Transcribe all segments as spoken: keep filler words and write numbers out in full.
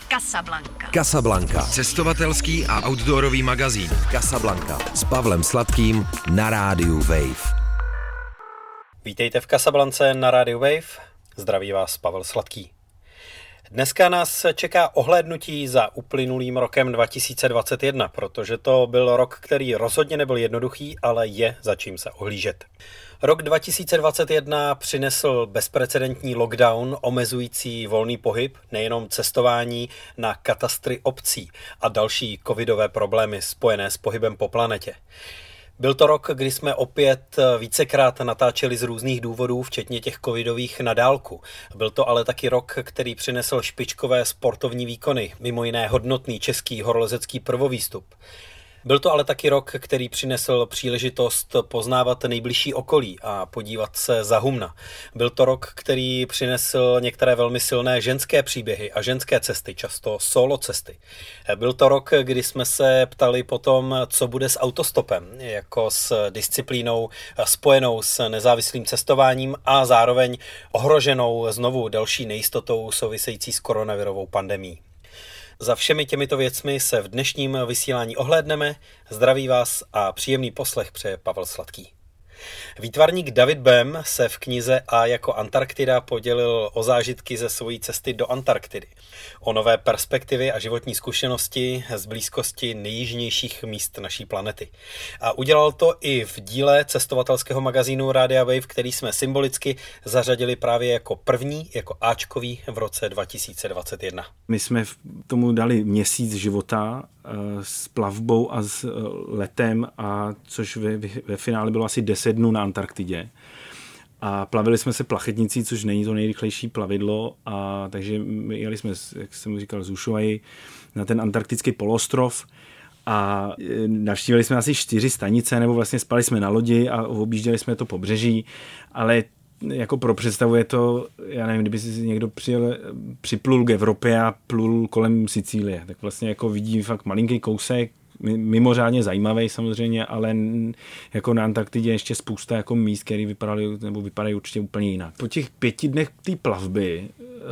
Casablanca. Casablanca. Cestovatelský a outdoorový magazín. Casablanca. S Pavlem Sladkým na rádiu Wave. Vítejte v Casablance na rádiu Wave. Zdraví vás Pavel Sladký. Dneska nás čeká ohlédnutí za uplynulým rokem dva tisíce dvacet jedna, protože to byl rok, který rozhodně nebyl jednoduchý, ale je za čím se ohlížet. Rok dva tisíce dvacet jedna přinesl bezprecedentní lockdown omezující volný pohyb, nejenom cestování na katastry obcí a další covidové problémy spojené s pohybem po planetě. Byl to rok, kdy jsme opět vícekrát natáčeli z různých důvodů, včetně těch covidových na dálku. Byl to ale taky rok, který přinesl špičkové sportovní výkony, mimo jiné hodnotný český horolezecký prvovýstup. Byl to ale taky rok, který přinesl příležitost poznávat nejbližší okolí a podívat se za humna. Byl to rok, který přinesl některé velmi silné ženské příběhy a ženské cesty, často solo cesty. Byl to rok, kdy jsme se ptali potom, co bude s autostopem, jako s disciplínou spojenou s nezávislým cestováním a zároveň ohroženou znovu další nejistotou související s koronavirovou pandemií. Za všemi těmito věcmi se v dnešním vysílání ohlédneme. Zdraví vás a příjemný poslech přeje Pavel Sladký. Výtvarník David Bem se v knize A jako Antarktida podělil o zážitky ze svojí cesty do Antarktidy, o nové perspektivy a životní zkušenosti z blízkosti nejjižnějších míst naší planety. A udělal to i v díle cestovatelského magazínu Rádia Wave, který jsme symbolicky zařadili právě jako první, jako áčkový v roce dva tisíce dvacet jedna. My jsme tomu dali měsíc života s plavbou a s letem, a což ve, ve finále bylo asi deset dnů na Antarktidě. A plavili jsme se plachetnicí, což není to nejrychlejší plavidlo, a takže my jeli jsme, jak jsem říkal, z Ushuaii na ten antarktický poloostrov a navštívili jsme asi čtyři stanice, nebo vlastně spali jsme na lodi a objížděli jsme to pobřeží, ale jako pro představu je to, já nevím, kdyby si někdo přijel, připlul k Evropě a plul kolem Sicílie, tak vlastně jako vidí fakt malinký kousek, mimořádně zajímavý samozřejmě, ale jako na Antarktidě ještě spousta jako míst, které vypadaly nebo vypadají určitě úplně jinak. Po těch pěti dnech té plavby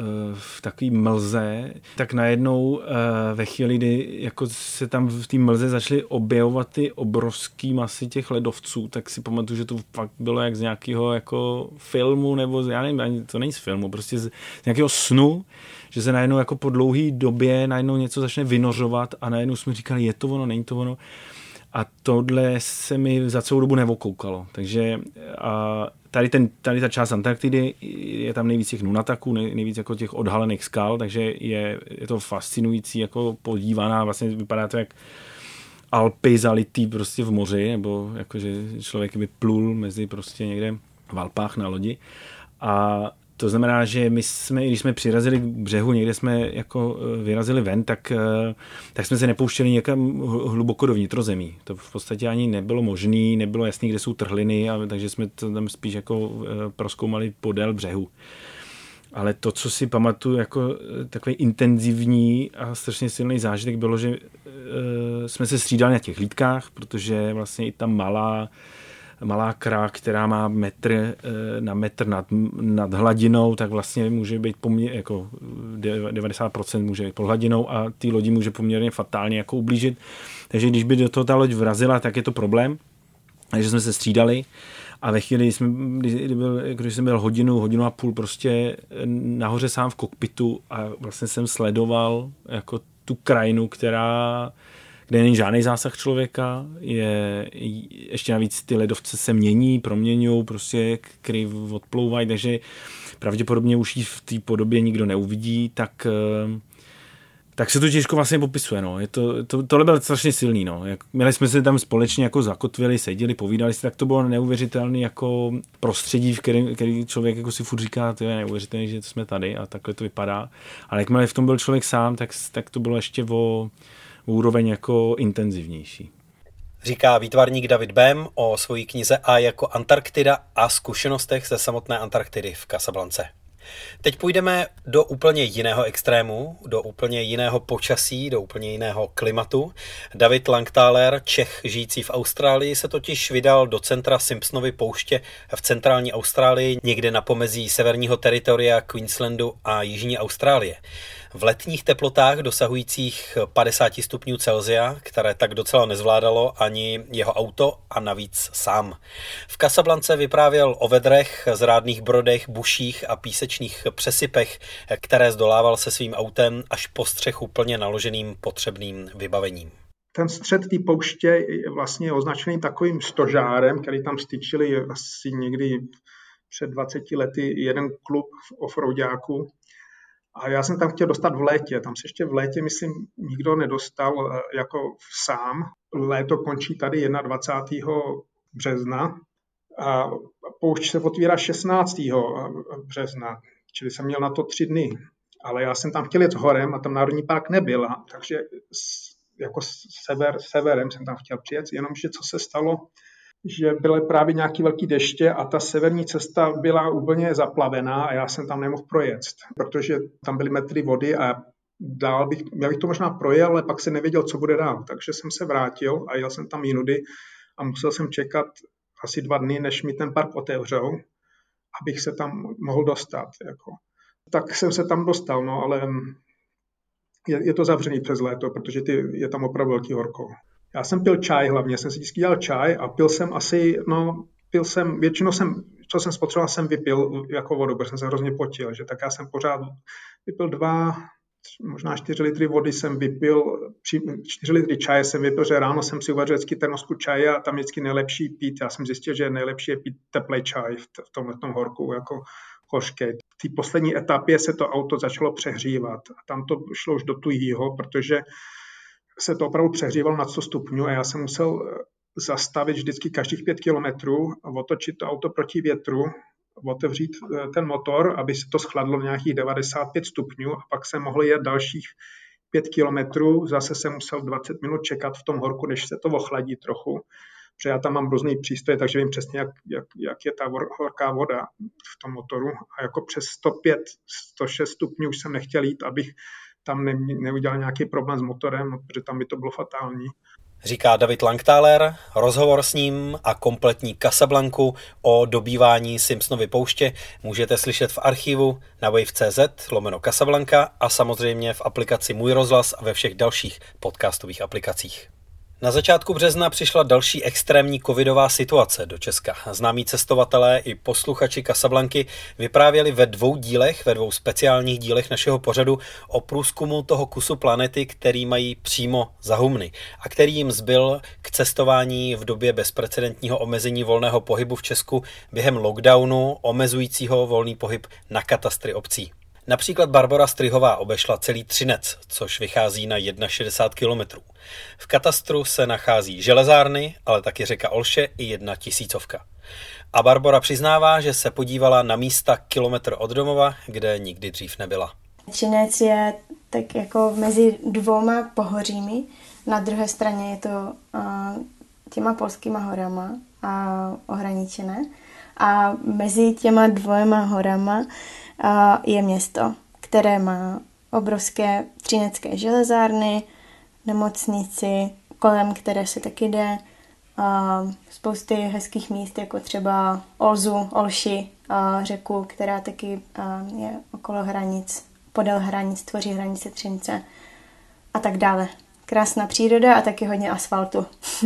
v takové mlze, tak najednou ve chvíli, kdy jako se tam v té mlze začaly objevovat ty obrovský masy těch ledovců, tak si pamatuju, že to fakt bylo jak z nějakého jako filmu, nebo já nevím, ani to není z filmu, prostě z nějakého snu, že se najednou jako po dlouhé době najednou něco začne vynořovat a najednou jsme říkali, je to ono, není to ono. A tohle se mi za celou dobu nevokoukalo. Takže a tady, ten, tady ta část Antarktidy, je tam nejvíc těch nunataků, nej, nejvíc jako těch odhalených skal, takže je, je to fascinující jako podívaná, vlastně vypadá to jak Alpy zalitý prostě v moři, nebo jakože člověk by plul mezi prostě někde v Alpách na lodi. A to znamená, že my jsme, když jsme přirazili k břehu, někde jsme jako vyrazili ven, tak, tak jsme se nepouštěli někam hluboko do vnitrozemí. To v podstatě ani nebylo možné, nebylo jasný, kde jsou trhliny, a, takže jsme to tam spíš jako prozkoumali podél břehu. Ale to, co si pamatuju jako takový intenzivní a strašně silný zážitek, bylo, že jsme se střídali na těch hlídkách, protože vlastně i ta malá malá kra, která má metr na metr nad, nad hladinou, tak vlastně může být poměrně, jako devadesát procent může být pod hladinou a ty lodi může poměrně fatálně jako ublížit. Takže když by do toho ta loď vrazila, tak je to problém. Takže jsme se střídali a ve chvíli, jsme, když, byl, když jsem byl hodinu, hodinu a půl prostě nahoře sám v kokpitu a vlastně jsem sledoval jako tu krajinu, která kde není žádný zásah člověka, je, ještě navíc ty ledovce se mění, proměňují, prostě kry odplouvají, takže pravděpodobně už ji v té podobě nikdo neuvidí, tak, tak se to těžko vlastně popisuje. No. Je to, to, tohle bylo strašně silný. No. Jak, měli jsme se tam společně jako zakotvili, seděli, povídali si, tak to bylo neuvěřitelné jako prostředí, v kterém který člověk jako si furt říká, to je neuvěřitelné, že jsme tady a takhle to vypadá. Ale jakmile v tom byl člověk sám, tak, tak to bylo ještě o úroveň jako intenzivnější. Říká výtvarník David Bem o svojí knize A jako Antarktida a zkušenostech ze samotné Antarktidy v Casablance. Teď půjdeme do úplně jiného extrému, do úplně jiného počasí, do úplně jiného klimatu. David Langthaler, Čech žijící v Austrálii, se totiž vydal do centra Simpsonovy pouště v centrální Austrálii, někde na pomezí severního teritoria Queenslandu a jižní Austrálie. V letních teplotách dosahujících padesát stupňů Celsia, které tak docela nezvládalo ani jeho auto a navíc sám. V Casablance vyprávěl o vedrech, zrádných brodech, buších a písečných přesypech, které zdolával se svým autem až po střechu plně naloženým potřebným vybavením. Ten střed té pouště je vlastně označený takovým stožárem, který tam styčili asi někdy před dvaceti lety jeden klub offroadáků. A já jsem tam chtěl dostat v létě. Tam se ještě v létě, myslím, nikdo nedostal jako sám. Léto končí tady dvacátého prvního března a poušť se otvírá šestnáctého března, čili jsem měl na to tři dny. Ale já jsem tam chtěl jet s horem a tam národní park nebyl, takže jako sever, severem jsem tam chtěl přijet, jenomže co se stalo, že byly právě nějaký velký deště a ta severní cesta byla úplně zaplavená a já jsem tam nemohl projet, protože tam byly metry vody a dál bych, já bych to možná projel, ale pak se nevěděl, co bude dál. Takže jsem se vrátil a jel jsem tam jinudy a musel jsem čekat asi dva dny, než mi ten park otevřou, abych se tam mohl dostat. Jako. Tak jsem se tam dostal, no, ale je, je to zavřený přes léto, protože ty, je tam opravdu velký horko. Já jsem pil čaj hlavně, jsem si vždycky dělal čaj a pil jsem asi, no, pil jsem, většinou jsem, co jsem spotřeboval, jsem vypil jako vodu, protože jsem se hrozně potil, že tak já jsem pořád vypil dva, možná čtyři litry vody jsem vypil, čtyři litry čaje jsem vypil, že ráno jsem si uvařil vždycky termosku čaje a tam vždycky nejlepší pít, já jsem zjistil, že nejlepší je pít teplý čaj v tomhletom horku, jako hořký. V té poslední etapě se to auto začalo přehřívat a tam to šlo už do tujího, protože se to opravdu přehřívalo na sto stupňů a já jsem musel zastavit vždycky každých pět kilometrů, otočit to auto proti větru, otevřít ten motor, aby se to schladlo v nějakých devadesát pět stupňů a pak jsem mohl jet dalších pět kilometrů, zase jsem musel dvacet minut čekat v tom horku, než se to ochladí trochu, protože já tam mám různý přístroj, takže vím přesně, jak, jak, jak je ta horká voda v tom motoru a jako přes sto pět, sto šest stupňů už jsem nechtěl jít, abych tam ne, neudělal nějaký problém s motorem, protože tam by to bylo fatální. Říká David Langthaler, rozhovor s ním a kompletní Casablanku o dobývání Simpsonovy pouště můžete slyšet v archivu na wave tečka cz lomeno Casablanca a samozřejmě v aplikaci Můj rozhlas a ve všech dalších podcastových aplikacích. Na začátku března přišla další extrémní covidová situace do Česka. Známí cestovatelé i posluchači Casablanky vyprávěli ve dvou dílech, ve dvou speciálních dílech našeho pořadu o průzkumu toho kusu planety, který mají přímo za humny a který jim zbyl k cestování v době bezprecedentního omezení volného pohybu v Česku během lockdownu omezujícího volný pohyb na katastry obcí. Například Barbora Stryhová obešla celý Třinec, což vychází na šedesát jedna kilometrů. V katastru se nachází železárny, ale taky řeka Olše i jedna tisícovka. A Barbora přiznává, že se podívala na místa kilometr od domova, kde nikdy dřív nebyla. Třinec je tak jako mezi dvouma pohořími. Na druhé straně je to uh, těma polskýma horama a ohraničené. A mezi těma dvěma horama je město, které má obrovské třinecké železárny, nemocnici, kolem které se taky jde, spousty hezkých míst, jako třeba Olzu, Olši, řeku, která taky je okolo hranic, podél hranic, tvoří hranice Třince a tak dále. Krásná příroda a taky hodně asfaltu.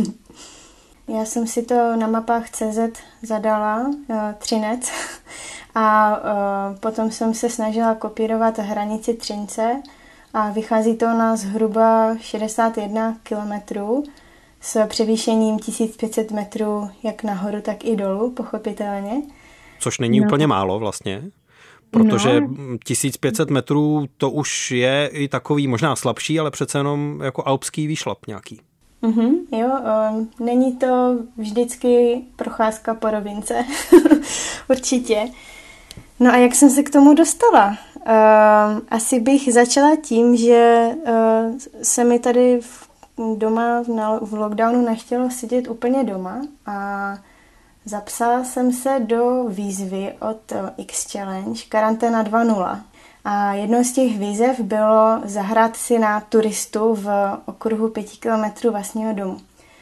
Já jsem si to na mapách tečka cz zadala, Třinec, a uh, potom jsem se snažila kopírovat hranici Třince a vychází to na zhruba šedesát jedna kilometrů s převýšením tisíc pět set metrů jak nahoru, tak i dolů, pochopitelně. Což není no. úplně málo vlastně, protože no. tisíc pět set metrů to už je i takový možná slabší, ale přece jenom jako alpský výšlap nějaký. Mm-hmm, jo, um, není to vždycky procházka po rovince, určitě. No a jak jsem se k tomu dostala? Uh, asi bych začala tím, že uh, se mi tady v, doma v, na, v lockdownu nechtělo sedět úplně doma a zapsala jsem se do výzvy od uh, X-Challenge Karanténa dva tečka nula. A jednou z těch výzev bylo zahrát si na turistu v okruhu pěti kilometrů vlastního domu.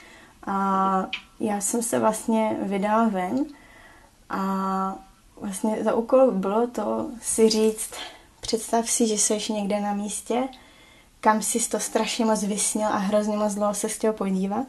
A já jsem se vlastně vydala ven a vlastně za úkol bylo to si říct představ si, že jsi někde na místě, kam jsi to strašně moc vysnil a hrozně moc dlouho se chtěl podívat.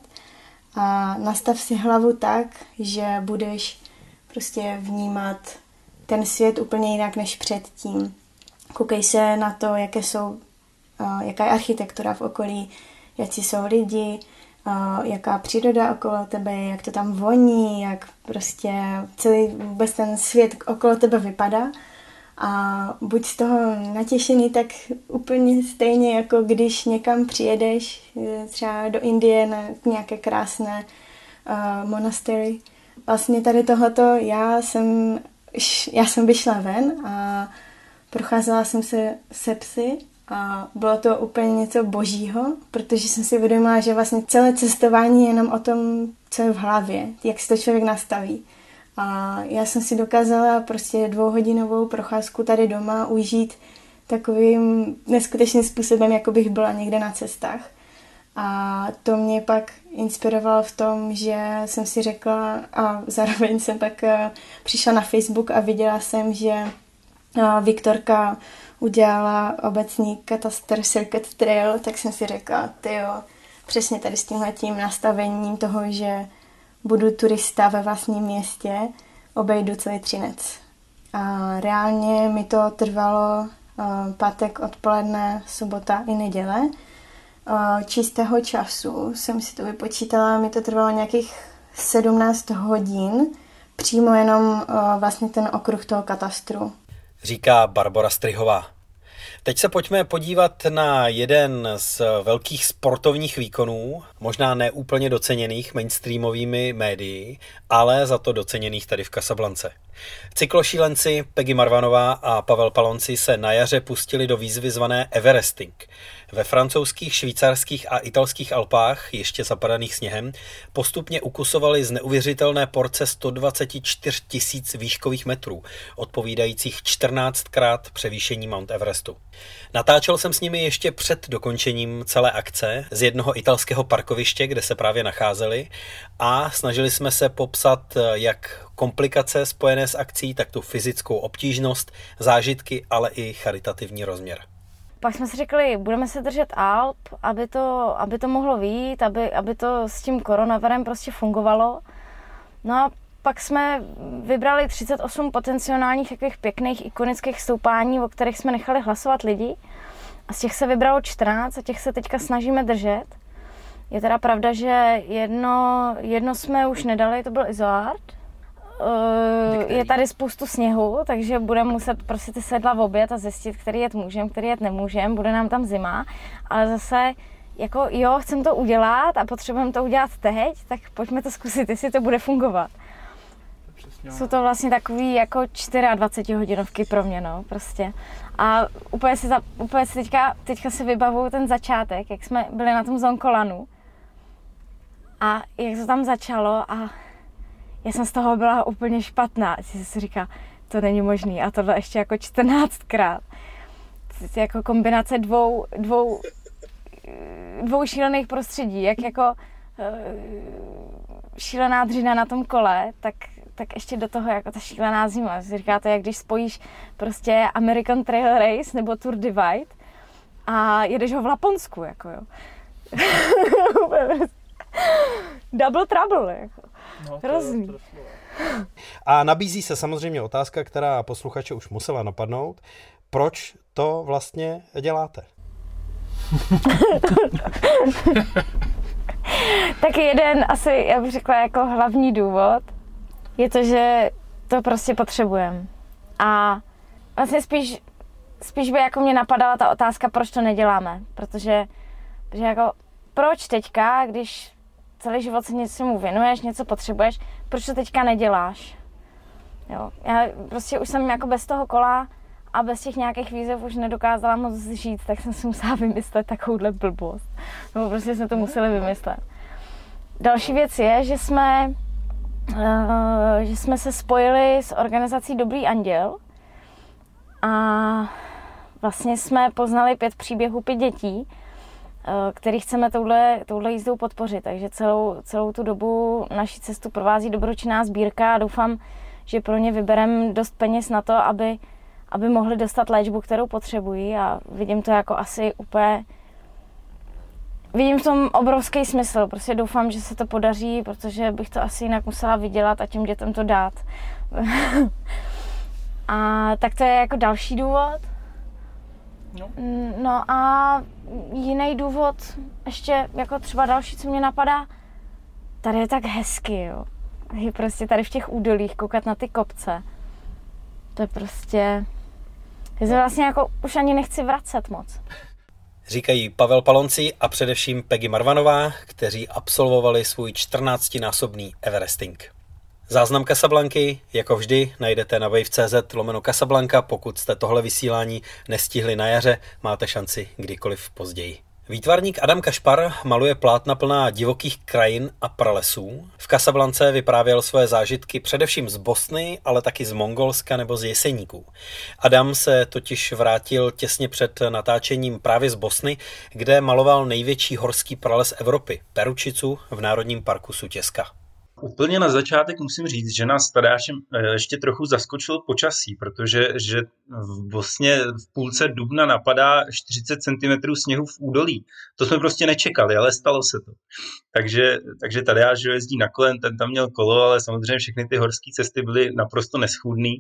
A nastav si hlavu tak, že budeš prostě vnímat ten svět úplně jinak než předtím. Koukej se na to, jaké jsou, jaká je architektura v okolí, jaký jsou lidi, jaká příroda okolo tebe je, jak to tam voní, jak prostě celý vůbec ten svět okolo tebe vypadá. A buď z toho natěšený, tak úplně stejně, jako když někam přijedeš, třeba do Indie na nějaké krásné uh, monastery. Vlastně tady tohleto, já jsem, já jsem vyšla ven a procházela jsem se se psy a bylo to úplně něco božího, protože jsem si uvědomila, že vlastně celé cestování je jenom o tom, co je v hlavě, jak si to člověk nastaví. A já jsem si dokázala prostě dvouhodinovou procházku tady doma užít takovým neskutečným způsobem, jako bych byla někde na cestách. A to mě pak inspirovalo v tom, že jsem si řekla, a zároveň jsem pak přišla na Facebook a viděla jsem, že Viktorka udělala obecní katastr Circuit Trail, tak jsem si řekla, tyjo, přesně tady s tímhletím nastavením toho, že budu turista ve vlastním městě, obejdu celý Třinec. A reálně mi to trvalo uh, pátek odpoledne, sobota i neděle. Uh, čistého času jsem si to vypočítala, mi to trvalo nějakých sedmnáct hodin, přímo jenom uh, vlastně ten okruh toho katastru. Říká Barbora Stryhová. Teď se pojďme podívat na jeden z velkých sportovních výkonů, možná neúplně doceněných mainstreamovými médii, ale za to doceněných tady v Casablance. Cyklošílenci Peggy Marvanová a Pavel Palonci se na jaře pustili do výzvy zvané Everesting. Ve francouzských, švýcarských a italských Alpách, ještě zapadaných sněhem, postupně ukusovali z neuvěřitelné porce sto dvacet čtyři tisíc výškových metrů, odpovídajících čtrnáctkrát převýšení Mount Everestu. Natáčel jsem s nimi ještě před dokončením celé akce z jednoho italského parkoviště, kde se právě nacházeli, a snažili jsme se popsat jak komplikace spojené s akcí, tak tu fyzickou obtížnost, zážitky, ale i charitativní rozměr. Pak jsme si řekli, budeme se držet Alp, aby to, aby to mohlo vyjít, aby, aby to s tím koronavirem prostě fungovalo. No a pak jsme vybrali třicet osm potenciálních takových pěkných ikonických stoupání, o kterých jsme nechali hlasovat lidi. A z těch se vybralo čtrnáct a těch se teďka snažíme držet. Je teda pravda, že jedno, jedno jsme už nedali, to byl Izoard. Je tady spoustu sněhu, takže budeme muset prostě ty sedla objet a zjistit, který jet můžeme, který jet nemůžeme, bude nám tam zima, ale zase jako jo, chcem to udělat a potřebujeme to udělat teď, tak pojďme to zkusit, jestli to bude fungovat. Jsou to vlastně takový jako dvacet čtyři hodinovky pro mě, no, prostě. A úplně si, za, úplně si teďka, teďka si vybavuju ten začátek, jak jsme byli na tom Zonkolanu a jak to tam začalo a já jsem z toho byla úplně špatná. Jsem si říká, to není možný. A tohle ještě jako čtrnáctkrát. To je jako kombinace dvou, dvou, dvou šílených prostředí. Jak jako uh, šílená dřina na tom kole, tak, tak ještě do toho jako ta šílená zima. Si říká to, jak když spojíš prostě American Trail Race nebo Tour Divide a jedeš ho v Laponsku. Jako jo. Double trouble. Jako. No, hrozný. A nabízí se samozřejmě otázka, která posluchače už musela napadnout. Proč to vlastně děláte? Tak jeden asi, já bych řekla, jako hlavní důvod je to, že to prostě potřebujeme. A vlastně spíš, spíš by jako mě napadala ta otázka, proč to neděláme. Protože, protože jako proč teďka, když celý život se něčemu věnuješ, něco potřebuješ, proč to teďka neděláš? Jo. Já prostě už jsem jako bez toho kola a bez těch nějakých výzev už nedokázala moc žít, tak jsem si musela vymyslet takovouhle blbost. No prostě jsme to museli vymyslet. Další věc je, že jsme, uh, že jsme se spojili s organizací Dobrý anděl a vlastně jsme poznali pět příběhů pět dětí, který chceme touhle, touhle jízdou podpořit. Takže celou, celou tu dobu naši cestu provází dobročinná sbírka a doufám, že pro ně vybereme dost peněz na to, aby, aby mohli dostat léčbu, kterou potřebují, a vidím to jako asi úplně... Vidím v tom obrovský smysl, prostě doufám, že se to podaří, protože bych to asi jinak musela vydělat a těm dětem to dát. A tak to je jako další důvod. No. no a jiný důvod, ještě jako třeba další, co mě napadá, tady je tak hezky, jo. Je prostě tady v těch údolích koukat na ty kopce. To je prostě... Já se vlastně jako už ani nechci vracet moc. Říkají Pavel Palonci a především Peggy Marvanová, kteří absolvovali svůj čtrnáctinásobný Everesting. Záznam Casablanky, jako vždy, najdete na wave tečka cé zet lomeno Casablanca. Pokud jste tohle vysílání nestihli na jaře, máte šanci kdykoliv později. Výtvarník Adam Kašpar maluje plátna plná divokých krajin a pralesů. V Casablance vyprávěl svoje zážitky především z Bosny, ale taky z Mongolska nebo z Jeseníků. Adam se totiž vrátil těsně před natáčením právě z Bosny, kde maloval největší horský prales Evropy, Peručicu v Národním parku Sutěska. Úplně na začátek musím říct, že nás Tadeášem ještě trochu zaskočilo počasí, protože že v Bosně v půlce dubna napadá čtyřicet centimetrů sněhu v údolí. To jsme prostě nečekali, ale stalo se to. Takže, takže Tadeáš jezdí na kolen, ten tam měl kolo, ale samozřejmě všechny ty horské cesty byly naprosto neschůdný.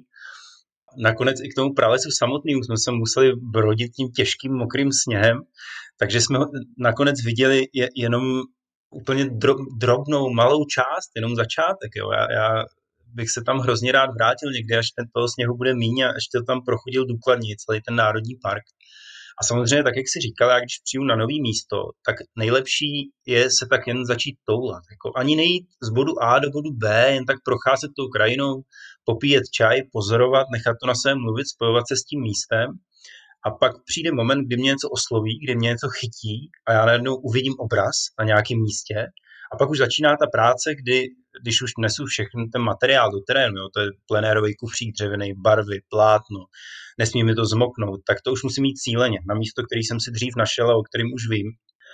Nakonec i k tomu pralesu samotnému jsme se museli brodit tím těžkým mokrým sněhem, takže jsme ho nakonec viděli jenom úplně drobnou, malou část, jenom začátek. Jo. Já, já bych se tam hrozně rád vrátil někdy, až ten toho sněhu bude míň a ještě tam prochodil důkladně celý ten národní park. A samozřejmě, tak jak jsi říkal, já když přijdu na nový místo, tak nejlepší je se tak jen začít toulat. Jako ani nejít z bodu A do bodu B, jen tak procházet tou krajinou, popíjet čaj, pozorovat, nechat to na sebe mluvit, spojovat se s tím místem. A pak přijde moment, kdy mě něco osloví, kdy mě něco chytí a já najednou uvidím obraz na nějakém místě. A pak už začíná ta práce, kdy, když už nesu všechny ten materiál do terénu, jo, to je plenérový kufřík dřevěný, barvy, plátno, nesmí mi to zmoknout, tak to už musím mít cíleně na místo, který jsem si dřív našel a o kterém už vím.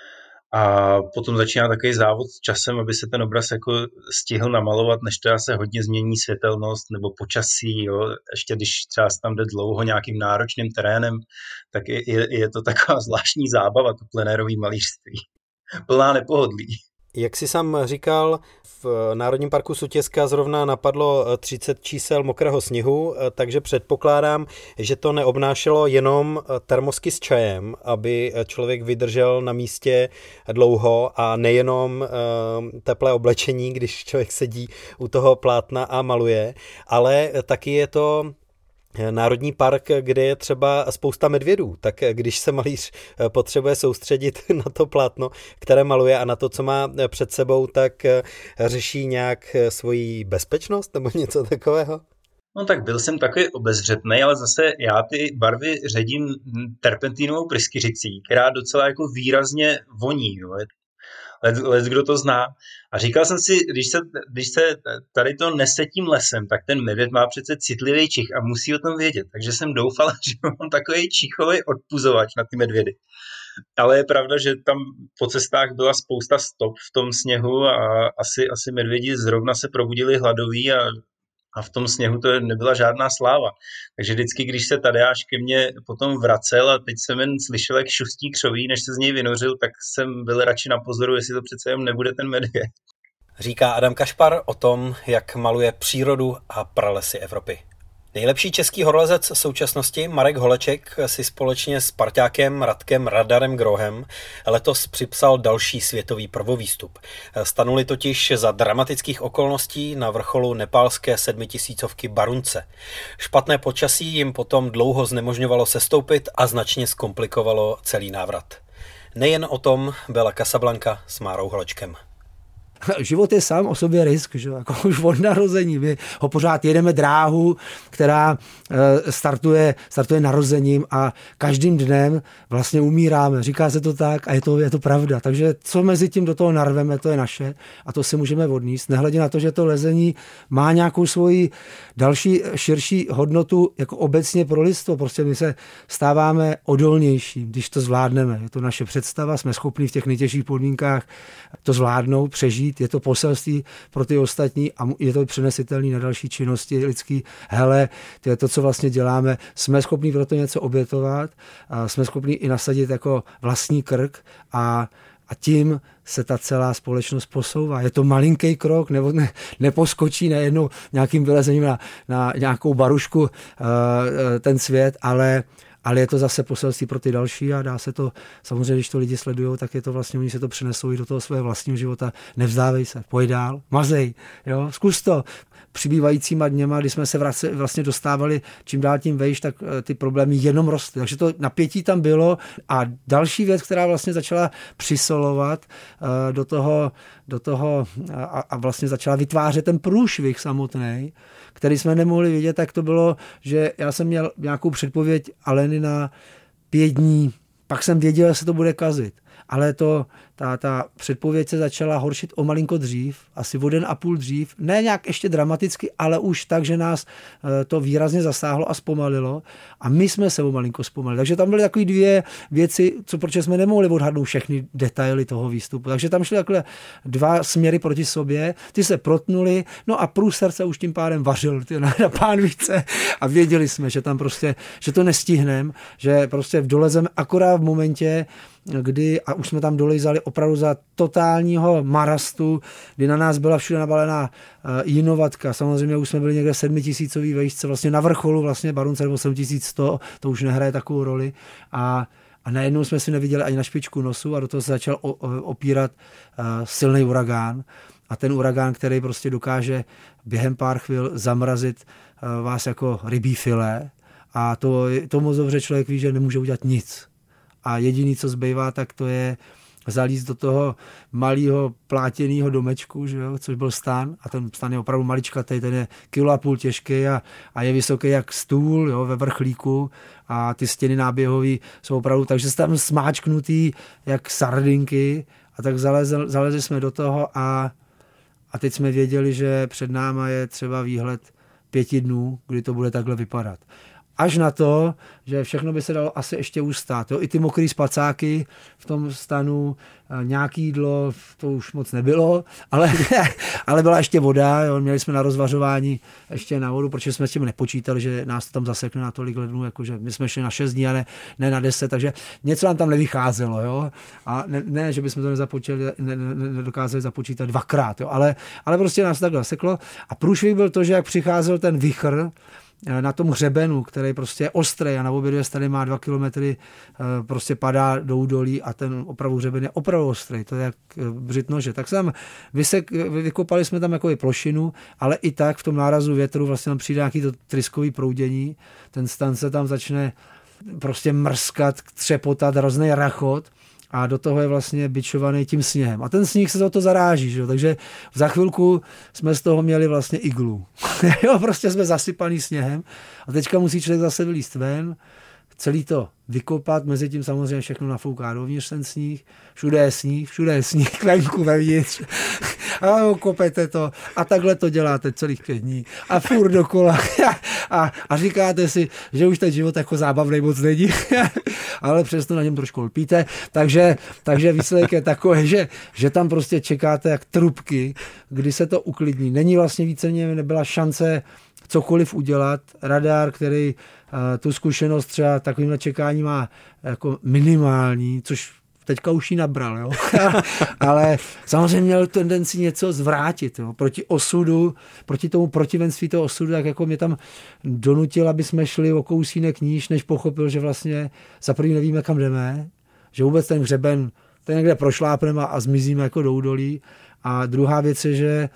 A potom začíná takový závod s časem, aby se ten obraz jako stihl namalovat, než to se hodně změní světelnost nebo počasí. Jo. Ještě když třeba tam jde dlouho nějakým náročným terénem, tak je, je, je to taková zvláštní zábava, to plenérový malířství. Plná nepohodlí. Jak jsi sám říkal, v Národním parku Sutěska zrovna napadlo třicet čísel mokrého sněhu, takže předpokládám, že to neobnášelo jenom termosky s čajem, aby člověk vydržel na místě dlouho a nejenom teplé oblečení, když člověk sedí u toho plátna a maluje, ale taky je to národní park, kde je třeba spousta medvědů, tak když se malíř potřebuje soustředit na to plátno, které maluje a na to, co má před sebou, tak řeší nějak svoji bezpečnost nebo něco takového? No tak byl jsem takový obezřetný, ale zase já ty barvy ředím terpentínovou pryskyřicí, která docela jako výrazně voní. Jo. Let, let, kdo to zná. A říkal jsem si, když se, když se tady to nese tím lesem, tak ten medvěd má přece citlivý čich a musí o tom vědět. Takže jsem doufal, že mám takový čichový odpuzovač na ty medvědy. Ale je pravda, že tam po cestách byla spousta stop v tom sněhu a asi, asi medvědi zrovna se probudili hladoví a A v tom sněhu to nebyla žádná sláva. Takže vždycky, když se Tadeáš ke mně potom vracel a teď jsem jen slyšel, jak šustí křoví, než se z něj vynořil, tak jsem byl radši na pozoru, jestli to přece jen nebude ten medvěd. Říká Adam Kašpar o tom, jak maluje přírodu a pralesy Evropy. Nejlepší český horolezec současnosti Marek Holeček si společně s parťákem Radkem Radarem Grohem letos připsal další světový prvovýstup. Stanuli totiž za dramatických okolností na vrcholu nepálské sedmitisícovky Barunce. Špatné počasí jim potom dlouho znemožňovalo sestoupit a značně zkomplikovalo celý návrat. Nejen o tom byla Casablanca s Márou Holečkem. Život je sám o sobě risk, že? Jako už od narození. My ho pořád jedeme dráhu, která startuje, startuje narozením a každým dnem vlastně umíráme. Říká se to tak a je to, je to pravda. Takže co mezi tím do toho narveme, to je naše a to si můžeme odníst. Nehledě na to, že to lezení má nějakou svoji další, širší hodnotu jako obecně pro lidstvo. Prostě my se stáváme odolnější, když to zvládneme. Je to naše představa, jsme schopni v těch nejtěžších podmínkách to zvládnout, přežít. žít, je to poselství pro ty ostatní a je to přenesitelný na další činnosti lidský. Hele, to je to, co vlastně děláme. Jsme schopni pro to něco obětovat, a jsme schopni i nasadit jako vlastní krk a A tím se ta celá společnost posouvá. Je to malinký krok, nebo ne, neposkočí najednou nějakým vylezením na, na nějakou barušku uh, ten svět, ale, ale je to zase poselství pro ty další a dá se to, samozřejmě, když to lidi sledují, tak je to vlastně, oni se to přenesou i do toho svého vlastního života. Nevzdávej se, pojď dál, mazej, jo, zkus to. Přibývajícíma dněma, kdy jsme se vlastně dostávali čím dál tím vejš, tak ty problémy jenom rostly. Takže to napětí tam bylo a další věc, která vlastně začala přisolovat do toho, do toho a, a vlastně začala vytvářet ten průšvih samotný, který jsme nemohli vidět, tak to bylo, že já jsem měl nějakou předpověď Aleny na pět dní, pak jsem věděl, že se to bude kazit. Ale to, ta, ta předpověď se začala horšit o malinko dřív, asi o den a půl dřív, ne nějak ještě dramaticky, ale už tak, že nás to výrazně zasáhlo a zpomalilo a my jsme se o malinko zpomalili. Takže tam byly takové dvě věci, co proč jsme nemohli odhadnout všechny detaily toho výstupu. Takže tam šly takhle dva směry proti sobě, ty se protnuly, no a průser se už tím pádem vařil ty, na, na pánvice a věděli jsme, že tam prostě, že to nestihneme, že prostě dolezeme akorát v momentě, kdy, a už jsme tam dolezali opravdu za totálního marastu, kdy na nás byla všude nabalená uh, jinovatka. Samozřejmě už jsme byli někde sedmitisícový vejšce, vlastně na vrcholu vlastně Barunce nebo sedm tisíc sto, to už nehraje takovou roli. A, a najednou jsme si neviděli ani na špičku nosu a do toho se začal o, o, opírat uh, silný uragán. A ten uragán, který prostě dokáže během pár chvil zamrazit uh, vás jako rybí filé. A to, to moc dobře člověk ví, že nemůže udělat nic. A jediný, co zbývá, tak to je zalízt do toho malého plátěného domečku, že jo, což byl stan. A ten stan je opravdu maličkatej, ten je kilo a půl těžký a, a je vysoký jak stůl, jo, ve vrchlíku. A ty stěny náběhový jsou opravdu, takže jste tam smáčknutý jak sardinky. A tak zalezli, zalezli jsme do toho a, a teď jsme věděli, že před náma je třeba výhled pěti dnů, kdy to bude takhle vypadat. Až na to, že všechno by se dalo asi ještě ustát. Jo? I ty mokrý spacáky v tom stanu, nějaký jídlo, to už moc nebylo, ale, ale byla ještě voda, jo? Měli jsme na rozvařování ještě na vodu, protože jsme s tím nepočítali, že nás to tam zasekne na tolik lednů, jakože my jsme šli na šest dní a ne, ne na deset, takže něco nám tam nevycházelo. Jo? A ne, ne, že bychom to nezapočítali, ne, ne, nedokázali započítat dvakrát, jo? Ale, ale prostě nás to takhle zaseklo. A průšvih byl to, že jak přicházel ten vichr, na tom hřebenu, který prostě je ostrý a na obě dvě strany má dva kilometry, prostě padá do údolí a ten opravdu hřeben je opravdu ostrý, to je jak břit nože. Tak jsem vysek, vykopali jsme tam jako plošinu, ale i tak v tom nárazu větru vlastně tam přijde nějaký to tryskový proudění, ten stan se tam začne prostě mrskat, třepotat, hrozný rachot. A do toho je vlastně bičovaný tím sněhem. A ten sníh se za to zaráží, že? Takže za chvilku jsme z toho měli vlastně iglu. Jo, prostě jsme zasypaný sněhem. A teďka musí člověk zase vylízt ven, celý to vykopat, mezi tím samozřejmě všechno nafouká dovnitř ten sníh, všude je sníh, všude je sníh, venku, vevnitř. A jo, kopete to a takhle to děláte celých pět dní a furt dokola a, a říkáte si, že už ten život jako zábavnej moc není, ale přesto na něm trošku lpíte, takže, takže výsledek je takový, že, že tam prostě čekáte jak trubky, kdy se to uklidní. Není vlastně víceméně, nebyla šance cokoliv udělat. Radar, který uh, tu zkušenost třeba takovýmhle čekání má jako minimální, což teďka už ji nabral, jo. Ale samozřejmě měl tendenci něco zvrátit, jo. Proti osudu, proti tomu protivenství toho osudu, tak jako mě tam donutil, aby jsme šli o kousínek níž, než pochopil, že vlastně za první nevíme, kam jdeme, že vůbec ten hřeben, ten někde prošlápneme a zmizíme jako do údolí. A druhá věc je, že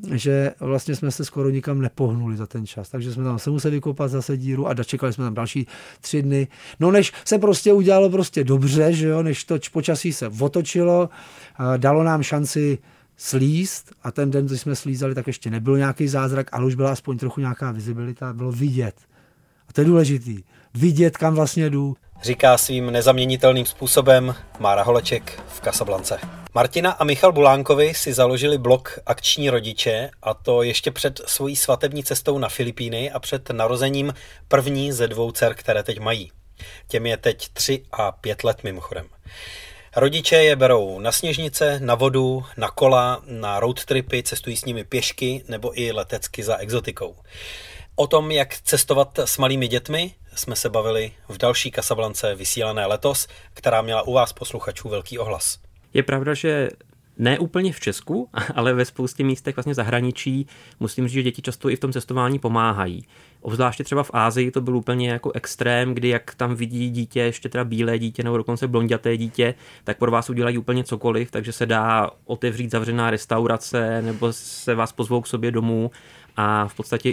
že vlastně jsme se skoro nikam nepohnuli za ten čas. Takže jsme tam se museli vykopat zase díru a čekali jsme tam další tři dny. No než se prostě udělalo prostě dobře, že jo, než to počasí se otočilo, dalo nám šanci slízt a ten den, když jsme slízali, tak ještě nebyl nějaký zázrak, ale už byla aspoň trochu nějaká vizibilita, bylo vidět. A to je důležitý. Vidět, kam vlastně jdu. Říká svým nezaměnitelným způsobem Mára Holeček v Casablance. Martina a Michal Bulánkovi si založili blog Akční rodiče, a to ještě před svojí svatební cestou na Filipíny a před narozením první ze dvou dcer, které teď mají. Těm je teď tři a pět let mimochodem. Rodiče je berou na sněžnice, na vodu, na kola, na road tripy, cestují s nimi pěšky nebo i letecky za exotikou. O tom, jak cestovat s malými dětmi, jsme se bavili v další Casablance vysílané letos, která měla u vás posluchačů velký ohlas. Je pravda, že ne úplně v Česku, ale ve spoustě místech vlastně zahraničí, musím říct, že děti často i v tom cestování pomáhají. Obzvláště třeba v Ázii to byl úplně jako extrém, kdy jak tam vidí dítě, ještě teda bílé dítě nebo dokonce blonďaté dítě, tak pro vás udělají úplně cokoliv, takže se dá otevřít zavřená restaurace nebo se vás pozvou k sobě domů a v podstatě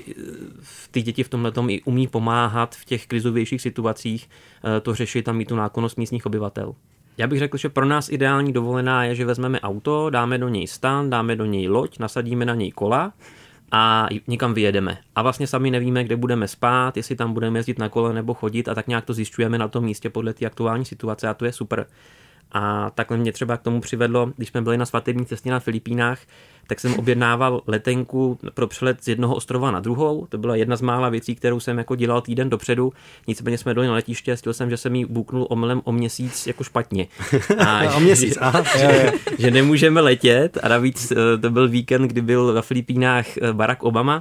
ty děti v tomhletom i umí pomáhat v těch krizovějších situacích, to řešit tam mít tu náklonnost místních obyvatel. Já bych řekl, že pro nás ideální dovolená je, že vezmeme auto, dáme do něj stan, dáme do něj loď, nasadíme na něj kola a někam vyjedeme. A vlastně sami nevíme, kde budeme spát, jestli tam budeme jezdit na kole nebo chodit a tak nějak to zjišťujeme na tom místě podle té aktuální situace a to je super. A takhle mě třeba k tomu přivedlo, když jsme byli na svatební cestě na Filipínách, tak jsem objednával letenku pro přelet z jednoho ostrova na druhou. To byla jedna z mála věcí, kterou jsem jako dělal týden dopředu. Nicméně jsme dojeli na letiště, zjistil jsem, že jsem jí buknul omylem o měsíc jako špatně. A o měsíc, aha. Že, že nemůžeme letět a navíc to byl víkend, kdy byl na Filipínách Barack Obama.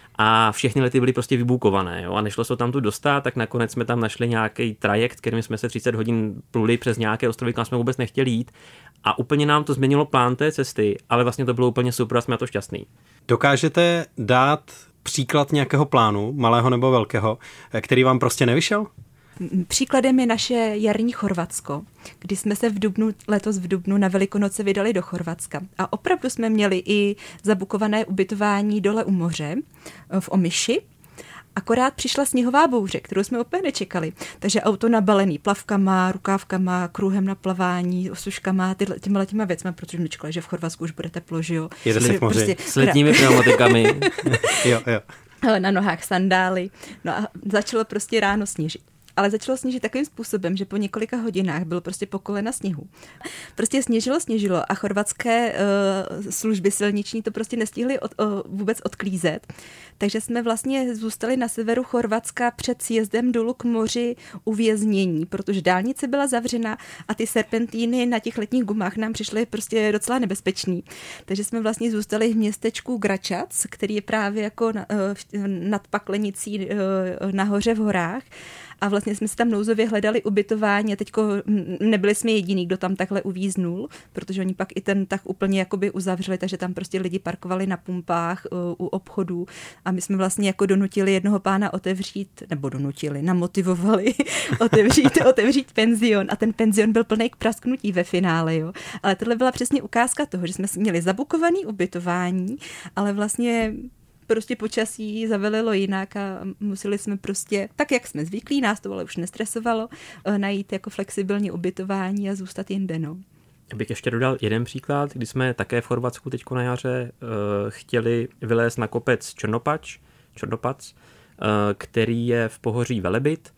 A všechny lety byly prostě vybukované, jo? A nešlo se tam tu dostat, tak nakonec jsme tam našli nějaký trajekt, kterým jsme se třicet hodin pluli přes nějaké ostrovy, kam jsme vůbec nechtěli jít. A úplně nám to změnilo plán té cesty, ale vlastně to bylo úplně super a jsme na to šťastný. Dokážete dát příklad nějakého plánu, malého nebo velkého, který vám prostě nevyšel? Příkladem je naše jarní Chorvatsko, kdy jsme se v dubnu, letos v dubnu na Velikonoce vydali do Chorvatska. A opravdu jsme měli i zabukované ubytování dole u moře v Omiši. Akorát přišla sněhová bouře, kterou jsme opět nečekali. Takže auto nabalený plavkama, rukávkama, kruhem na plavání, osuškama, tyhle, těma těma věcma, protože jsme čekali, že v Chorvatsku už bude teplo, že jo. Jede se v moři. Prostě, s letními pneumatikami. jo, jo. Na nohách sandály. No a začalo prostě ráno sněžit. Ale začalo sněžit takovým způsobem, že po několika hodinách bylo prostě po kolena sněhu. Prostě sněžilo, sněžilo a chorvatské uh, služby silniční to prostě nestihly od, uh, vůbec odklízet. Takže jsme vlastně zůstali na severu Chorvatska před sjezdem dolů k moři uvěznění, protože dálnice byla zavřena a ty serpentíny na těch letních gumách nám přišly prostě docela nebezpečný. Takže jsme vlastně zůstali v městečku Gračac, který je právě jako na, uh, nad Paklenicí uh, nahoře v horách. A vlastně jsme si tam nouzově hledali ubytování a teďko nebyli jsme jediný, kdo tam takhle uvíznul, protože oni pak i ten tak úplně jakoby uzavřeli, takže tam prostě lidi parkovali na pumpách u obchodů a my jsme vlastně jako donutili jednoho pána otevřít, nebo donutili, namotivovali otevřít, otevřít penzion a ten penzion byl plný k prasknutí ve finále, jo. Ale tohle byla přesně ukázka toho, že jsme měli zabukovaný ubytování, ale vlastně prostě počasí zavelilo jinak a museli jsme prostě, tak jak jsme zvyklí, nás to ale už nestresovalo, najít jako flexibilní ubytování a zůstat jinde, no. Bych ještě dodal jeden příklad, kdy jsme také v Chorvatsku teďko na jaře uh, chtěli vylézt na kopec Černopač, Černopac, uh, který je v pohoří Velebit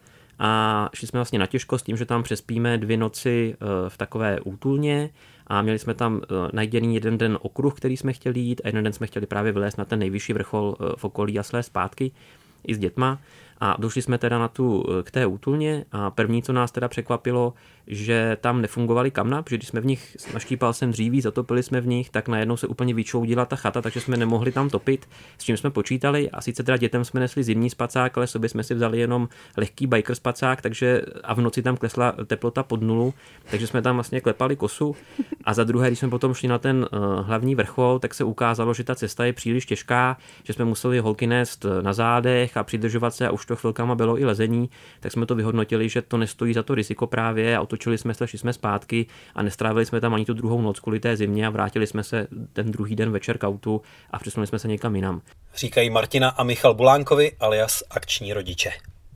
a šli jsme vlastně na těžko s tím, že tam přespíme dvě noci uh, v takové útulně a měli jsme tam uh, najděný jeden den okruh, který jsme chtěli jít a jeden den jsme chtěli právě vylézt na ten nejvyšší vrchol uh, v okolí a slé zpátky i s dětma. A došli jsme teda na tu, k té útulně a první, co nás teda překvapilo, že tam nefungovaly kamna, protože když jsme v nich, naštípal jsem dříví, zatopili jsme v nich, tak najednou se úplně vyčoudila ta chata, takže jsme nemohli tam topit, s čím jsme počítali a sice teda dětem jsme nesli zimní spacák, ale sobě jsme si vzali jenom lehký biker spacák, takže a v noci tam klesla teplota pod nulu, takže jsme tam vlastně klepali kosu a za druhé, když jsme potom šli na ten uh, hlavní vrchol, tak se ukázalo, že ta cesta je příliš těžká, že jsme museli holky nést na zádech a přidržovat se a už to chvilkama bylo i lezení, tak jsme to vyhodnotili, že to nestojí za to riziko právě a otočili jsme se, šli jsme zpátky a nestrávili jsme tam ani tu druhou noc kvůli té zimě a vrátili jsme se ten druhý den večer k autu a přesunuli jsme se někam jinam. Říkají Martina a Michal Bulánkovi alias akční rodiče.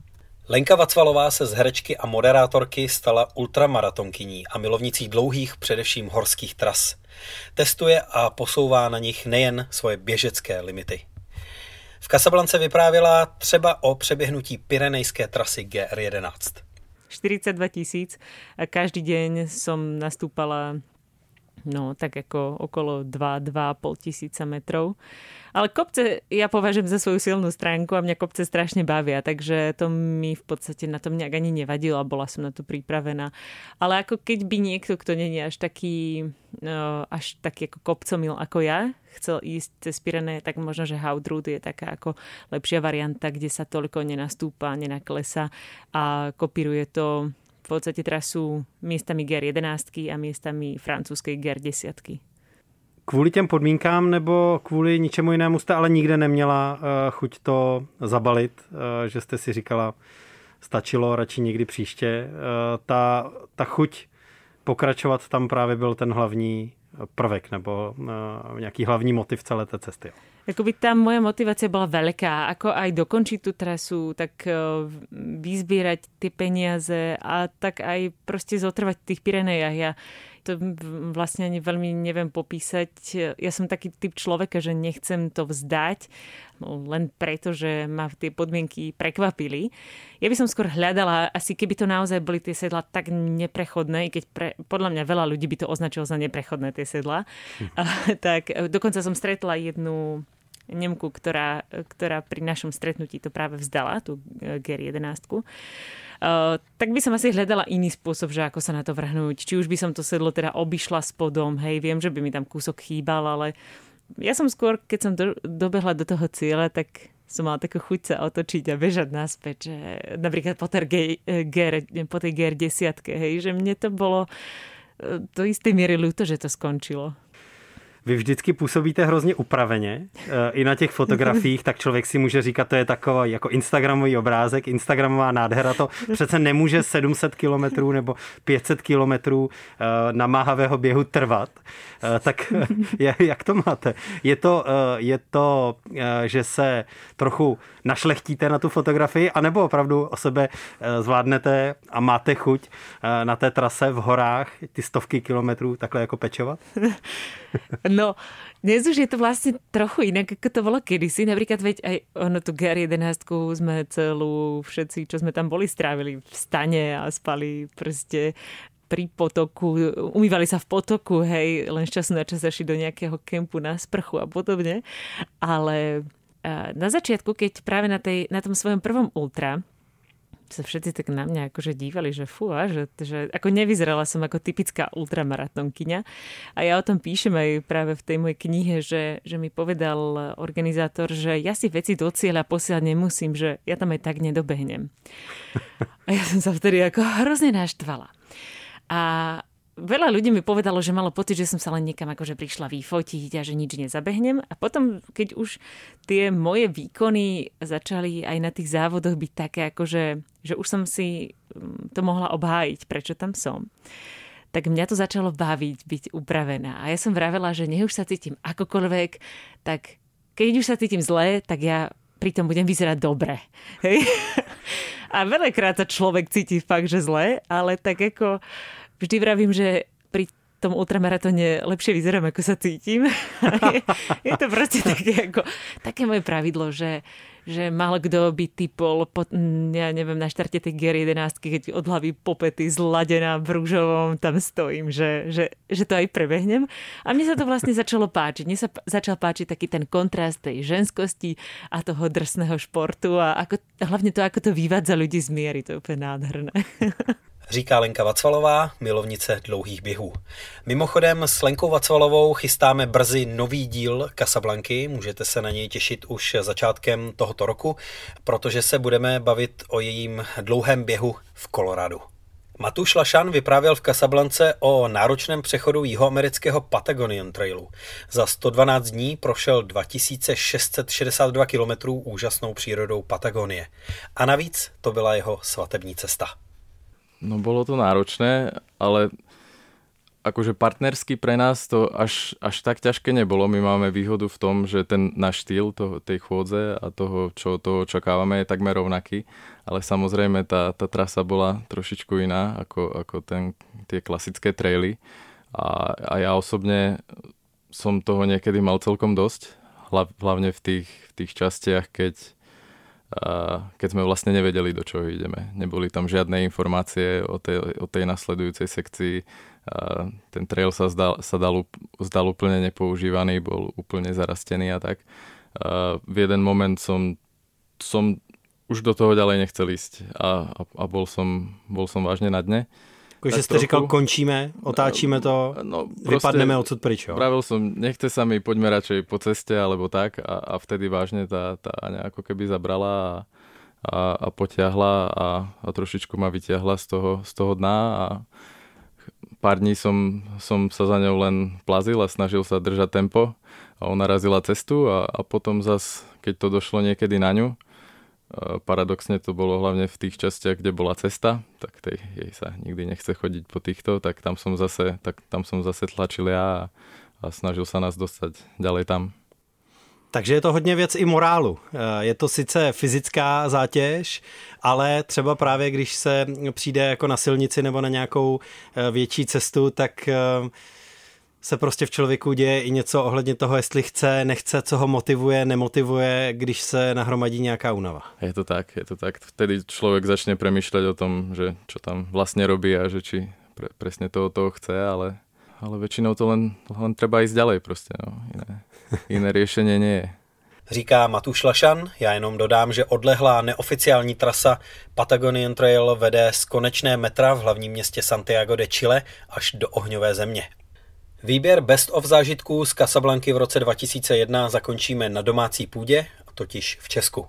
Lenka Vacvalová se z herečky a moderátorky stala ultramaratonkyní a milovnicí dlouhých, především horských tras. Testuje a posouvá na nich nejen svoje běžecké limity. V Casablance vyprávěla třeba o přeběhnutí pyrenejské trasy G R jedenáct. štyridsaťdva tisíc a každý deň som nastúpala no tak ako okolo dva až dva a pol tisíca metrov. Ale kopce ja považujem za svoju silnú stránku a mňa kopce strašne bavia, takže to mi v podstate na tom nejak ani nevadilo a bola som na to pripravená. Ale ako keď by niekto, kto nie je až taký, no, až taký ako kopcomil ako ja, chcel ísť cez Pyreneje, tak možno, že Haute-Route je taká ako lepšia varianta, kde sa toľko nenastúpa, nenaklesa a kopíruje to v podstate trasu miestami G R jedenásť a miestami francúzskej G R desať. Kvůli těm podmínkám nebo kvůli ničemu jinému jste ale nikde neměla uh, chuť to zabalit, uh, že jste si říkala, stačilo radši někdy příště. Uh, ta, ta chuť pokračovat tam právě byl ten hlavní prvek nebo uh, nějaký hlavní motiv celé té cesty. Akoby tá moja motivácia bola veľká, ako aj dokončiť tú trasu, tak vyzbierať tie peniaze a tak aj proste zotrvať v tých Pyrenejach. Ja to vlastne ani veľmi neviem popísať. Ja som taký typ človeka, že nechcem to vzdať, len preto, že ma tie podmienky prekvapili. Ja by som skôr hľadala, asi keby to naozaj boli tie sedlá tak neprechodné, i keď pre, podľa mňa veľa ľudí by to označilo za neprechodné tie sedlá, hm. tak dokonca som stretla jednu Nemku, ktorá, ktorá pri našom stretnutí to práve vzdala, tú G R jedenásť. Uh, tak by som asi hľadala iný spôsob, že ako sa na to vrhnúť. Či už by som to sedlo teda obišla spodom, hej, viem, že by mi tam kúsok chýbal, ale ja som skôr, keď som do, dobehla do toho cieľa, tak som mala takú chuť sa otočiť a bežať naspäť, že napríklad po tej, G R, po tej G R desať, hej, že mne to bolo do istej miery ľúto, že to skončilo. Vy vždycky působíte hrozně upraveně. I na těch fotografiích, tak člověk si může říkat, to je takový jako instagramový obrázek, instagramová nádhera. To přece nemůže sedm set kilometrů nebo pět set kilometrů namáhavého běhu trvat. Tak jak to máte? Je to, je to, že se trochu našlechtíte na tu fotografii, anebo opravdu o sebe zvládnete a máte chuť na té trase v horách ty stovky kilometrů takhle jako pečovat? No, dnes už je to vlastne trochu inak, ako to bolo kedysi. Napríklad, veď aj ono tú G R jedenásť sme celú, všetci, čo sme tam boli, strávili v stane a spali proste pri potoku, umývali sa v potoku, hej, len z času na čas zašli do nejakého kempu na sprchu a podobne. Ale na začiatku, keď práve na, tej, na tom svojom prvom ultra sa všetci tak na mňa akože dívali, že fú, že, že ako nevyzerala som ako typická ultramaratonkyňa. A ja o tom píšem aj práve v tej mojej knihe, že, že mi povedal organizátor, že ja si veci do cieľa posielať nemusím, že ja tam aj tak nedobehnem. A ja som sa vtedy ako hrozne naštvala. A veľa ľudí mi povedalo, že malo pocit, že som sa len niekam akože prišla vyfotiť a že nič nezabehnem. A potom, keď už tie moje výkony začali aj na tých závodoch byť také, akože, že už som si to mohla obhájiť, prečo tam som, tak mňa to začalo baviť, byť upravená. A ja som vravela, že nech už sa cítim akokoľvek, tak keď už sa cítim zle, tak ja pritom budem vyzerať dobre. Hej? A veľakrát sa človek cíti fakt, že zle, ale tak ako vždy vravím, že pri tom ultramaratóne lepšie vyzerám, ako sa cítim. je, je to proste také, ako, také moje pravidlo, že, že málo kto by typol, po, ja neviem, na štarte tej G R jedenásť, keď od hlavy po pety zladená v rúžovom tam stojím, že, že, že to aj prebehnem. A mne sa to vlastne začalo páčiť. Mne sa začal páčiť taký ten kontrast tej ženskosti a toho drsného športu a ako, hlavne to, ako to vyvádza ľudí z miery. To je úplne nádherné. Říká Lenka Vacvalová, milovnice dlouhých běhů. Mimochodem s Lenkou Vacvalovou chystáme brzy nový díl Casablanky, můžete se na něj těšit už začátkem tohoto roku, protože se budeme bavit o jejím dlouhém běhu v Koloradu. Matúš Lašan vyprávěl v Casablance o náročném přechodu jihoamerického Patagonian Trailu. Za sto dvanáct dní prošel dva tisíce šest set šedesát dva kilometrů úžasnou přírodou Patagonie. A navíc to byla jeho svatební cesta. No bolo to náročné, ale akože partnersky pre nás to až, až tak ťažké nebolo. My máme výhodu v tom, že ten náš štýl toho, tej chôdze a toho, čo to očakávame, je takmer rovnaký. Ale samozrejme tá, tá trasa bola trošičku iná ako, ako ten, tie klasické traily. A, a ja osobne som toho niekedy mal celkom dosť. Hlavne v tých, v tých častiach, keď A keď sme vlastne nevedeli, do čoho ideme. Neboli tam žiadne informácie o tej, o tej nasledujúcej sekcii. ten trail sa, zdal, sa dal, zdal úplne nepoužívaný, bol úplne zarastený a tak. V jeden moment som, som už do toho ďalej nechcel ísť a, a, a bol, som, bol som vážne na dne. Takže jste trochu říkal, končíme, otáčíme to, no, vypadneme odsud pryč. Jo? Pravil som, nechce sa mi, poďme radšej po ceste, alebo tak. A, a vtedy vážne tá, tá Aňa ako keby zabrala a, a, a potiahla a, a trošičku ma vytiahla z toho, z toho dna. A pár dní som, som sa za ňou len plazil a snažil sa držať tempo. A ona razila cestu a, a potom zas, keď to došlo niekedy na ňu, paradoxne to bolo hlavne v tých častiach, kde bola cesta, tak tej, jej sa nikdy nechce chodiť po týchto, tak tam som zase, tak tam som zase tlačil ja a, a snažil sa nás dostať ďalej tam. Takže je to hodně věc i morálu. Je to sice fyzická zátěž, ale třeba právě když se přijde jako na silnici nebo na nějakou větší cestu, tak se prostě v člověku děje i něco ohledně toho, jestli chce, nechce, co ho motivuje, nemotivuje, když se nahromadí nějaká únava. Je to tak, je to tak. Vtedy člověk začne přemýšlet o tom, že čo tam vlastně robí a že či pre, presne toho, toho chce, ale, ale většinou to len, len treba ísť ďalej prostě. No. Iné, iné riešenie nie je. Říká Matúš Lašan, já jenom dodám, že odlehlá neoficiální trasa Patagonian Trail vede z konečné metra v hlavním městě Santiago de Chile až do ohňové země. Výběr Best of zážitků z Casablanky v roce dva tisíce jedna zakončíme na domácí půdě, totiž v Česku.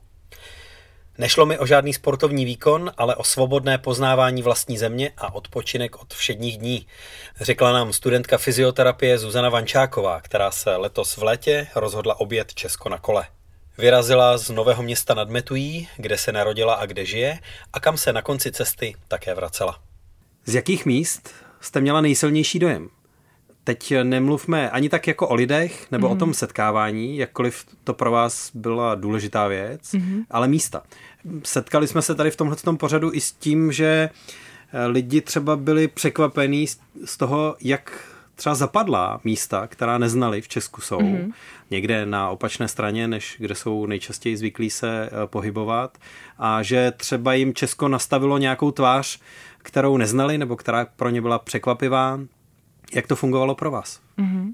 Nešlo mi o žádný sportovní výkon, ale o svobodné poznávání vlastní země a odpočinek od všedních dní, řekla nám studentka fyzioterapie Zuzana Vančáková, která se letos v létě rozhodla objet Česko na kole. Vyrazila z Nového Města nad Metují, kde se narodila a kde žije, a kam se na konci cesty také vracela. Z jakých míst jste měla nejsilnější dojem? Teď nemluvme ani tak jako o lidech nebo mm-hmm. o tom setkávání, jakkoliv to pro vás byla důležitá věc, mm-hmm. ale místa. Setkali jsme se tady v tomhletom pořadu i s tím, že lidi třeba byli překvapení z toho, jak třeba zapadlá místa, která neznali, v Česku jsou, mm-hmm. někde na opačné straně, než kde jsou nejčastěji zvyklí se pohybovat, a že třeba jim Česko nastavilo nějakou tvář, kterou neznali nebo která pro ně byla překvapivá. Jak to fungovalo pro vás? Mm-hmm.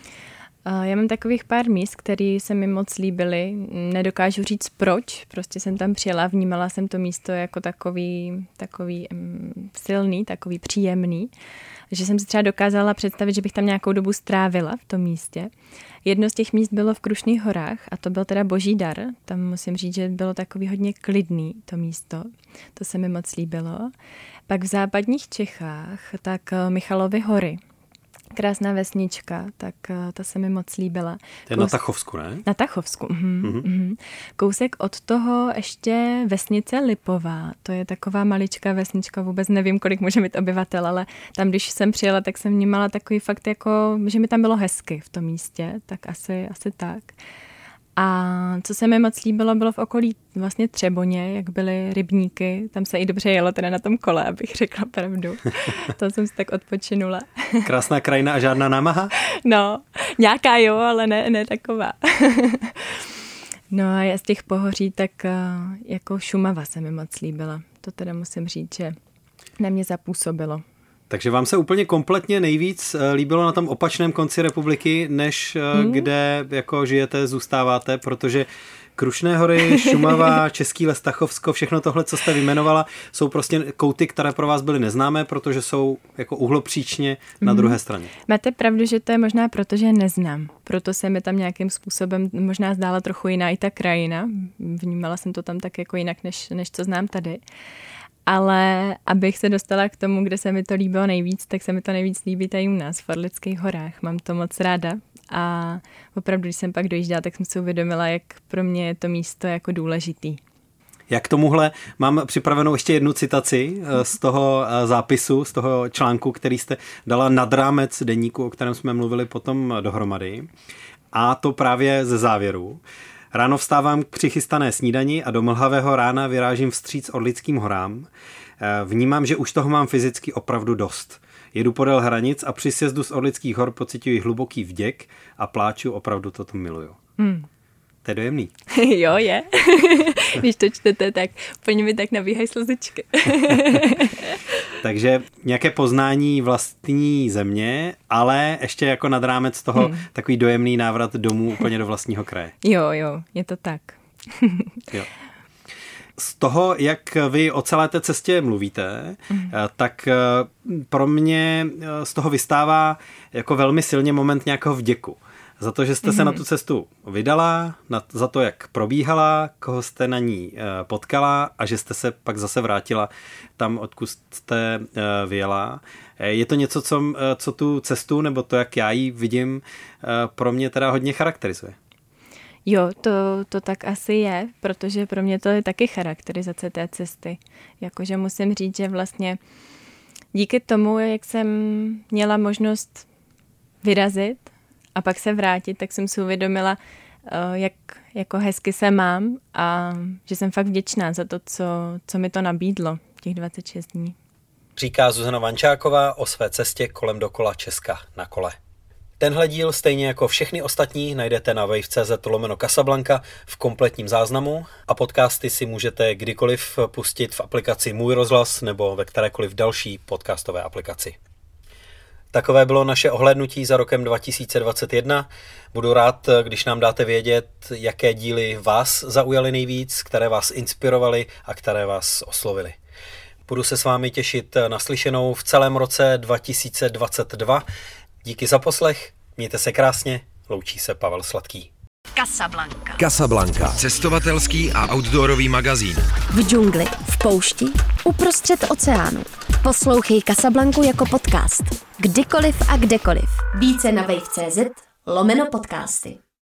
Já mám takových pár míst, které se mi moc líbily. Nedokážu říct proč, prostě jsem tam přijela, vnímala jsem to místo jako takový, takový um, silný, takový příjemný, že jsem si třeba dokázala představit, že bych tam nějakou dobu strávila v tom místě. Jedno z těch míst bylo v Krušných horách a to byl teda boží dar. Tam musím říct, že bylo takový hodně klidný to místo. To se mi moc líbilo. Pak v západních Čechách, tak Michalovy hory. Krásná vesnička, tak ta se mi moc líbila. To je Kous... na Tachovsku, ne? Na Tachovsku, mhm, mm-hmm. Mm-hmm. Kousek od toho ještě vesnice Lipová. To je taková maličká vesnička, vůbec nevím, kolik může mít obyvatel, ale tam, když jsem přijela, tak jsem vnímala takový fakt, jako, že mi tam bylo hezky v tom místě, tak asi, asi tak. A co se mi moc líbilo, bylo v okolí vlastně Třeboně, jak byly rybníky. Tam se i dobře jelo teda na tom kole, abych řekla pravdu. To jsem si tak odpočinula. Krásná krajina a žádná námaha? No, nějaká jo, ale ne, ne taková. No a já z těch pohoří tak jako Šumava se mi moc líbila. To teda musím říct, že na mě zapůsobilo. Takže vám se úplně kompletně nejvíc líbilo na tom opačném konci republiky, než hmm. kde jako žijete, zůstáváte, protože Krušné hory, Šumava, Český les, Tachovsko, všechno tohle, co jste vyjmenovala, jsou prostě kouty, které pro vás byly neznámé, protože jsou jako uhlopříčně na druhé straně. Máte pravdu, že to je možná proto, že neznám. Proto se mi tam nějakým způsobem možná zdála trochu jiná i ta krajina. Vnímala jsem to tam tak jako jinak, než, než co znám tady. Ale abych se dostala k tomu, kde se mi to líbilo nejvíc, tak se mi to nejvíc líbí tady u nás v Orlických horách. Mám to moc ráda a opravdu, když jsem pak dojížděla, tak jsem si uvědomila, jak pro mě je to místo jako důležitý. Jak k tomuhle mám připravenou ještě jednu citaci z toho zápisu, z toho článku, který jste dala nad rámec deníku, o kterém jsme mluvili potom dohromady. A to právě ze závěru. Ráno vstávám k přichystané snídani a do mlhavého rána vyrážím vstříc Orlickým horám. Vnímám, že už toho mám fyzicky opravdu dost. Jedu podél hranic a při sjezdu z Orlických hor pociťuji hluboký vděk a pláču, opravdu toto miluju. Hmm. To je dojemný. Jo, je. Když to čtete, tak úplně mi tak nabíhají slzičky. Takže nějaké poznání vlastní země, ale ještě jako nad rámec toho hmm. takový dojemný návrat domů úplně do vlastního kraje. Jo, jo, je to tak. Jo. Z toho, jak vy o celé té cestě mluvíte, mm. tak pro mě z toho vystává jako velmi silně moment nějakého vděku. Za to, že jste mm. se na tu cestu vydala, na, za to, jak probíhala, koho jste na ní potkala a že jste se pak zase vrátila tam, odkud jste vyjela. Je to něco, co, co tu cestu, nebo to, jak já ji vidím, pro mě teda hodně charakterizuje. Jo, to, to tak asi je, protože pro mě to je taky charakterizace té cesty. Jakože musím říct, že vlastně díky tomu, jak jsem měla možnost vyrazit a pak se vrátit, tak jsem si uvědomila, jak jako hezky se mám a že jsem fakt vděčná za to, co, co mi to nabídlo těch dvacet šest dní. Říká Zuzana Vančáková o své cestě kolem dokola Česka na kole. Tenhle díl, stejně jako všechny ostatní, najdete na wave tečka cé zet lomeno Casablanca v kompletním záznamu a podcasty si můžete kdykoliv pustit v aplikaci Můj rozhlas nebo ve kterékoliv další podcastové aplikaci. Takové bylo naše ohlédnutí za rokem dva tisíce dvacet jedna. Budu rád, když nám dáte vědět, jaké díly vás zaujaly nejvíc, které vás inspirovaly a které vás oslovily. Budu se s vámi těšit na slyšenou v celém roce dva tisíce dvacet dva. Díky za poslech, mějte se krásně, loučí se Pavel Sladký. Casablanca. Casablanca. Cestovatelský a outdoorový magazín. V džungli, v poušti, uprostřed oceánu. Poslouchej Casablancu jako podcast. Kdykoliv a kdekoliv. Více na wave tečka cé zet lomeno podcasty.